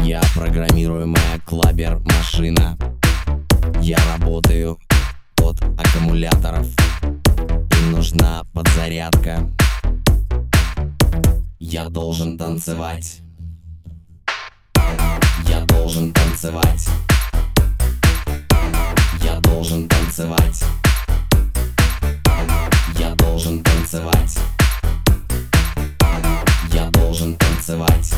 Я программируемая клабер-машина. Я работаю от аккумуляторов. Им нужна подзарядка. Я должен танцевать. Я должен танцевать. Я должен танцевать. Я должен танцевать. Я должен танцевать.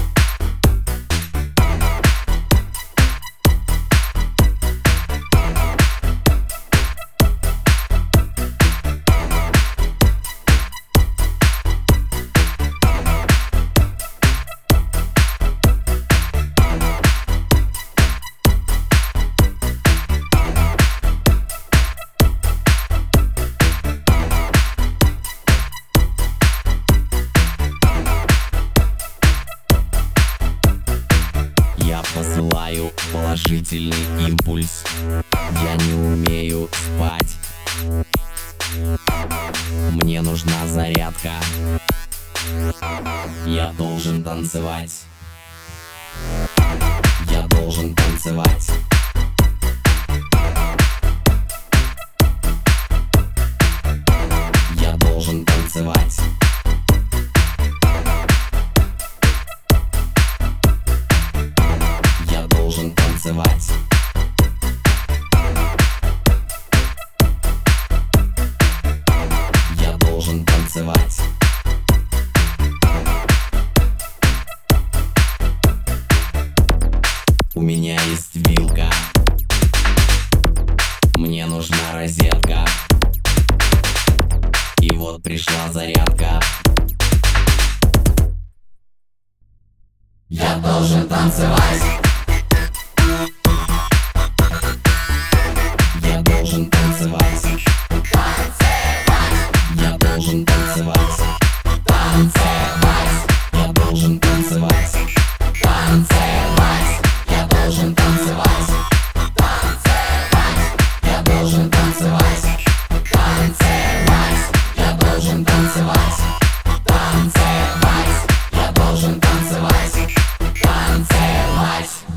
Я посылаю положительный импульс. Я не умею спать. Мне нужна зарядка. Я должен танцевать. Я должен танцевать. Я должен танцевать. Я должен танцевать. Я должен танцевать. У меня есть вилка. Мне нужна розетка. И вот пришла зарядка. Я должен танцевать. Я должен танцевать. Я должен танцевать. Я должен танцевать. Я должен танцевать. Я должен танцевать. Я должен танцевать. Я должен танцевать.